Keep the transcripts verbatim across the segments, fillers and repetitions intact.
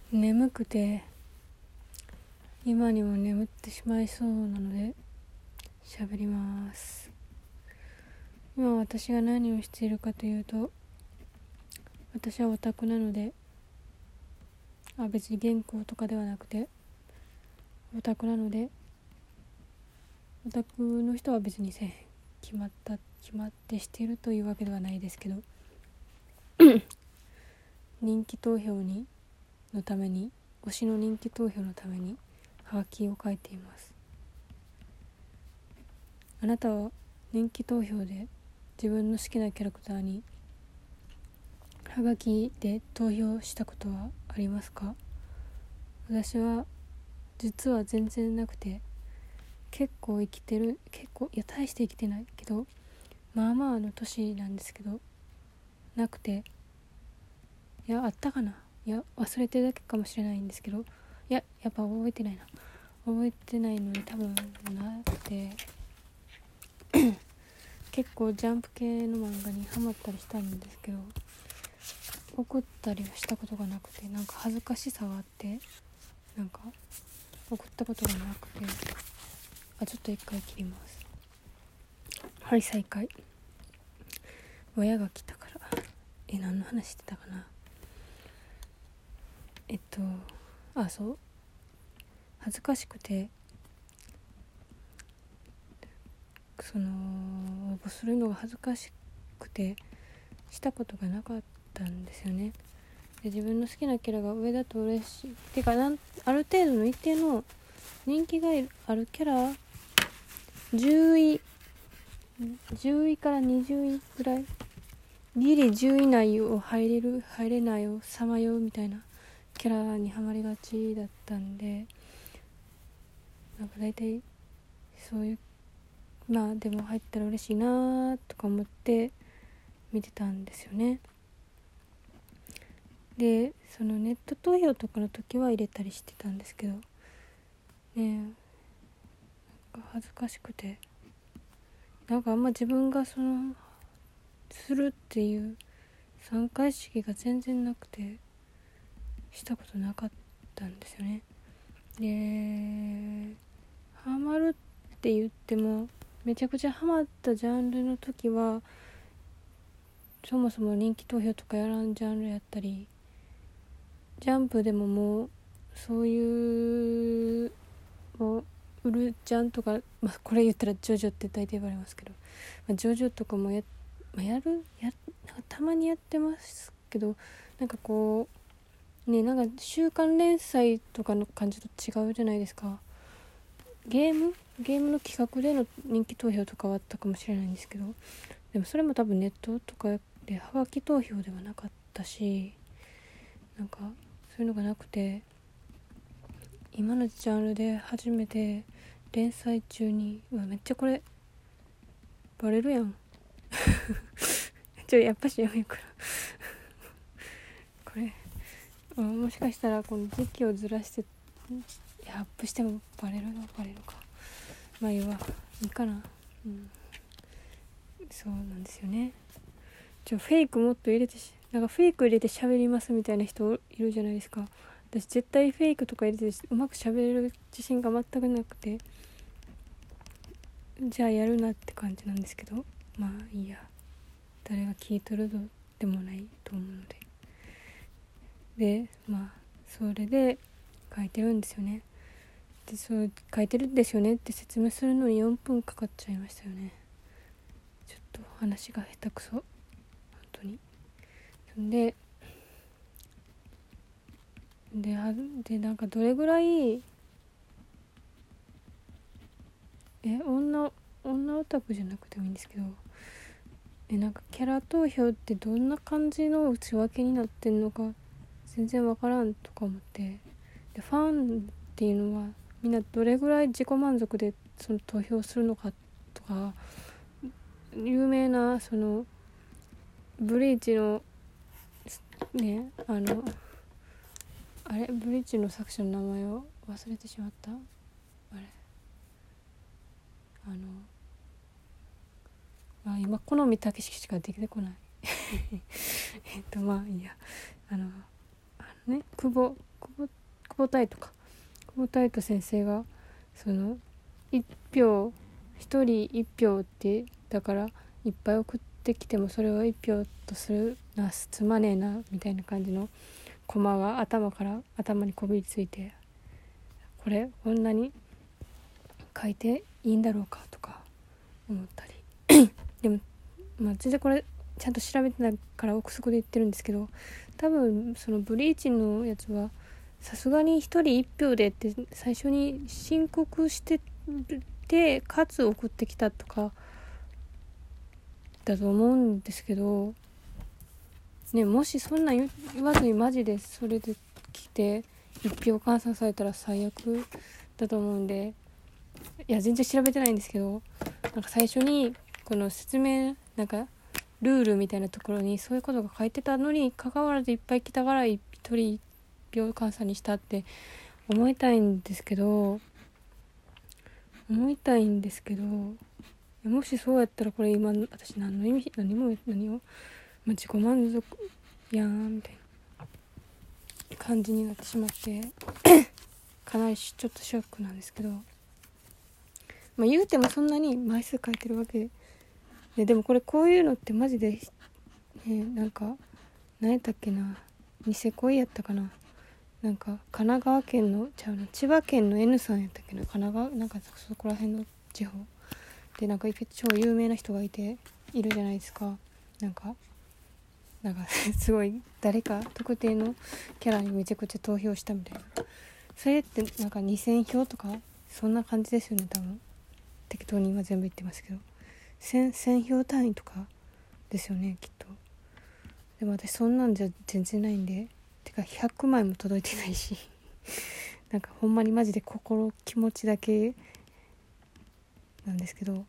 眠くて今にも眠ってしまいそうなので喋ります。今私が何をしているかというと、私はオタクなので、あ別に原稿とかではなくてオタクなので、オタクの人は別にせ決まった決まってしているというわけではないですけど人気投票にのために推しの人気投票のためにハガキを書いています。あなたは人気投票で自分の好きなキャラクターにハガキで投票したことはありますか？私は実は全然なくて、結構生きてる結構いや大して生きてないけどまあまあの年なんですけど、なくて、いやあったかな、いや忘れてるだけかもしれないんですけど、いややっぱ覚えてないな覚えてないのに多分なくて結構ジャンプ系の漫画にハマったりしたんですけど、送ったりはしたことがなくて、なんか恥ずかしさがあって、なんか送ったことがなくて、あちょっと一回切ります。はい再開。親が来たからえ何の話してたかな。えっとあそう恥ずかしくて、その応募するのが恥ずかしくてしたことがなかったんですよね。で自分の好きなキャラが上だと嬉しいてかなんある程度の一定の人気があるキャラじゅういじゅういからにじゅういぐらい、ギリじゅうい以内を入れる入れないをさまようみたいなキャラにはまりがちだったんで、なんか大体そういうまあでも入ったら嬉しいなとか思って見てたんですよね。でそのネット投票とかの時は入れたりしてたんですけどね、なんか恥ずかしくて、なんかあんま自分がそのするっていう参加意識が全然なくてしたことなかったんですよね。でハマるって言ってもめちゃくちゃハマったジャンルの時はそもそも人気投票とかやらんジャンルやったり、ジャンプでももうそういうもうウルジャンとか、まあ、これ言ったらジョジョって大体言われますけど、まあ、ジョジョとかも や,、まあ、やるやなんかたまにやってますけど、なんかこうねなんか週刊連載とかの感じと違うじゃないですか。ゲームゲームの企画での人気投票とかはあったかもしれないんですけど、でもそれも多分ネットとかでハガキ投票ではなかったし、なんかそういうのがなくて、今のジャンルで初めて連載中に、うわめっちゃこれバレるやんちょやっぱしやめようかなこれもしかしたらこの時期をずらしてアップしてもバレるのバレるか、まあいいわいいかな、うん、そうなんですよね。ちょフェイクもっと入れてしなんかフェイク入れて喋りますみたいな人いるじゃないですか。私絶対フェイクとか入れてうまく喋れる自信が全くなくて、じゃあやるなって感じなんですけど、まあいいや、誰が聞いとるでもないと思うので、でまあそれで書いてるんですよね。でそう書いてるんですよねって説明するのによんぷんかかっちゃいましたよね。ちょっと話が下手くそ本当に。でででなんかどれぐらいえ女女オタクじゃなくてもいいんですけど、えなんかキャラ投票ってどんな感じの内訳になってんのか全然わからんとか思って、でファンっていうのはみんなどれぐらい自己満足でその投票するのかとか、有名なそのブリーチのねあのあれブリーチの作者の名前を忘れてしまった。あれあのあ今好みたけししか出てこないえっとまあいいや、あのあのね久保久保久保太斗か久保太斗先生がその一票一人一票ってだからいっぱい送ってきてもそれを一票とするなつまねえなみたいな感じのコマが頭から頭にこびりついて、これこんなに書いていいんだろうかとか思ったりでもまあ全然これちゃんと調べてないから憶測で言ってるんですけど、多分そのブリーチのやつはさすがに一人一票でって最初に申告しててかつ送ってきたとかだと思うんですけどね、もしそんなん言わずにマジでそれで来て一票換算されたら最悪だと思うんで、いや全然調べてないんですけど、なんか最初にこの説明なんかルールみたいなところにそういうことが書いてたのに関わらずいっぱい来たから一人一票換算にしたって思いたいんですけど思いたいんですけどもしそうやったらこれ今私何の意味何も何を、まあ、自己満足やんみたいな感じになってしまってかなりちょっとショックなんですけど、まあ、言うてもそんなに枚数書いてるわけで、でもこれこういうのってマジで、ね、なんか何やったっけな、ニセ恋やったかな、なんか神奈川県のちゃうな千葉県の N さんやったっけな、神奈川なんかそこら辺の地方でなんか超有名な人がいているじゃないですか。なんかなんかすごい誰か特定のキャラにめちゃくちゃ投票したみたいな、それってなんかにせん票とかそんな感じですよね多分。適当に今全部言ってますけど 1000, 1000票単位とかですよねきっと。でも私そんなんじゃ全然ないんで、てかひゃくまいも届いてないしなんかほんまにマジで心気持ちだけなんですけど、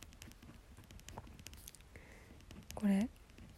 これ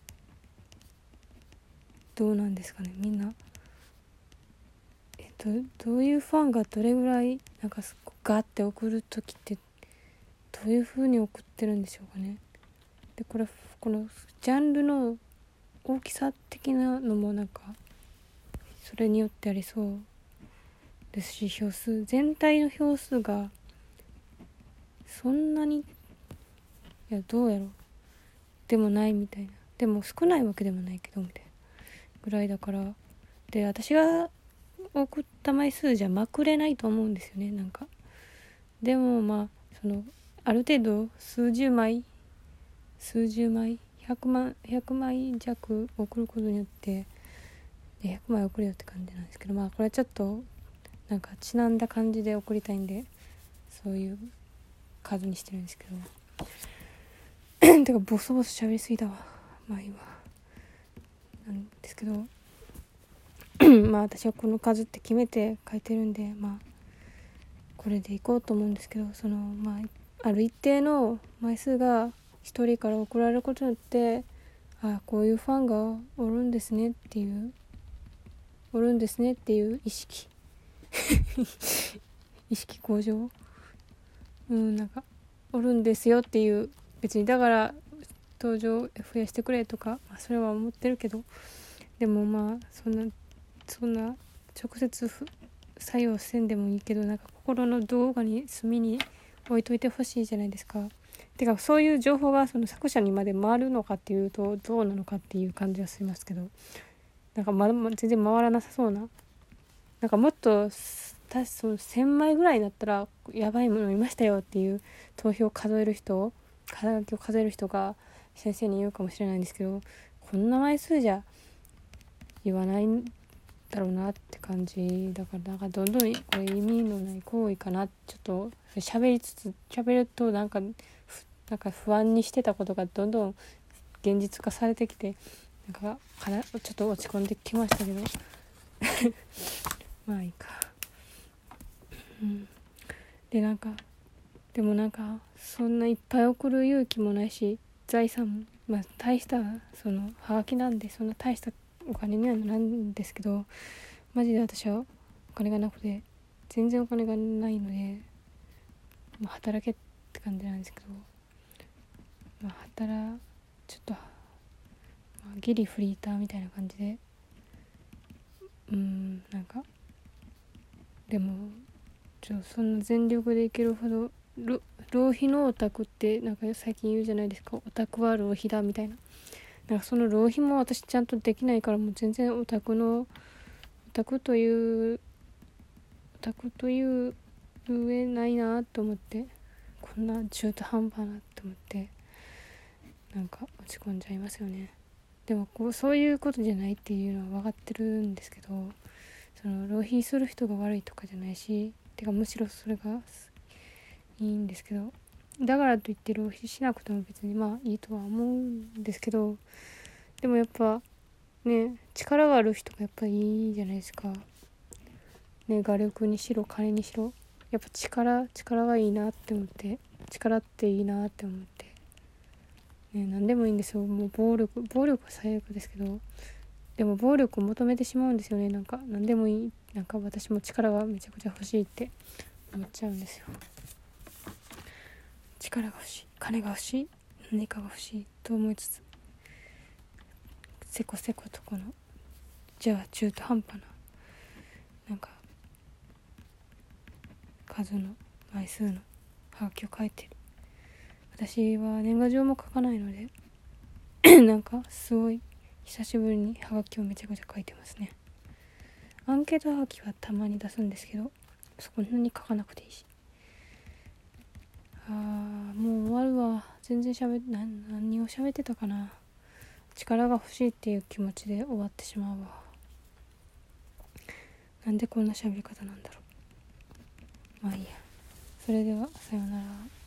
どうなんですかねみんな。えっとどういうファンがどれぐらいなんかガーって送る時ってどういう風に送ってるんでしょうかね。でこれこのジャンルの大きさ的なのもなんかそれによってありそうですし、票数全体の票数がそんなにいやどうやろうでもないみたいな、でも少ないわけでもないけどみたいなぐらいだから、で私が送った枚数じゃまくれないと思うんですよねなんか。でもまあそのある程度数十枚数十枚ひゃくまんひゃくまい弱送ることによってひゃくまい送るよって感じなんですけど、まあこれはちょっとなんかちなんだ感じで送りたいんでそういう数にしてるんですけどてかボソボソ喋りすぎだわ。まあいいわなんですけどまあ私はこの数って決めて書いてるんで、まあこれでいこうと思うんですけど、そのまあある一定の枚数が一人から送られることによって、あこういうファンがおるんですねっていうおるんですねっていう意識意識向上うんなんかおるんですよっていう、別にだから登場増やしてくれとか、まあ、それは思ってるけど、でもまあそんなそんな直接作用せんでもいいけど、なんか心の動画に隅に置いといてほしいじゃないですか。てかそういう情報がその作者にまで回るのかっていうとどうなのかっていう感じはしますけど、なんかまだ全然回らなさそうな、なんかもっとたそのせんまいぐらいだったらやばいもの見ましたよっていう投票を数える人肩書きを数える人が先生に言うかもしれないんですけど、こんな枚数じゃ言わないんだろうなって感じだから、なんかどんどんこれ意味のない行為かな、ちょっと喋りつつ喋るとなんかなんか不安にしてたことがどんどん現実化されてきて、なんかかなちょっと落ち込んできましたけどまあいいか、うん、でなんかでもなんかそんないっぱい送る勇気もないし財産もまあ大したそのハガキなんでそんな大したお金にはならんんですけど、マジで私はお金がなくて全然お金がないので、まあ、働けって感じなんですけど、まあ働ちょっと、まあ、ギリフリーターみたいな感じでうーんなんかでもちょそんな全力でいけるほど浪費のオタクってなんか最近言うじゃないですか。オタクは浪費だみたいな。なんかその浪費も私ちゃんとできないから、もう全然オタクのオタクというオタクという上ないなと思って、こんな中途半端なと思ってなんか落ち込んじゃいますよね。でもこうそういうことじゃないっていうのは分かってるんですけど、その浪費する人が悪いとかじゃないし、てかむしろそれがいいんですけど、だからといって浪費しなくても別にまあいいとは思うんですけど、でもやっぱね、力がある人がやっぱりいいじゃないですかね。画力にしろ金にしろやっぱ力力がいいなって思って、力っていいなって思ってね。何でもいいんですよ。もう暴力暴力は最悪ですけど、でも暴力を求めてしまうんですよね。なんか何でもいい、なんか私も力がめちゃくちゃ欲しいって思っちゃうんですよ。力が欲しい、金が欲しい、何かが欲しいと思いつつ、せこせことこのじゃあ中途半端ななんか数の枚数のハガキを書いてる。私は年賀状も書かないのでなんかすごい久しぶりにハガキをめちゃくちゃ書いてますね。アンケートハガキはたまに出すんですけど、そこんなに書かなくていいし。あーもう終わるわ。全然しゃべな何を喋ってたかな。力が欲しいっていう気持ちで終わってしまうわ。なんでこんな喋り方なんだろう。まあいいや。それではさようなら。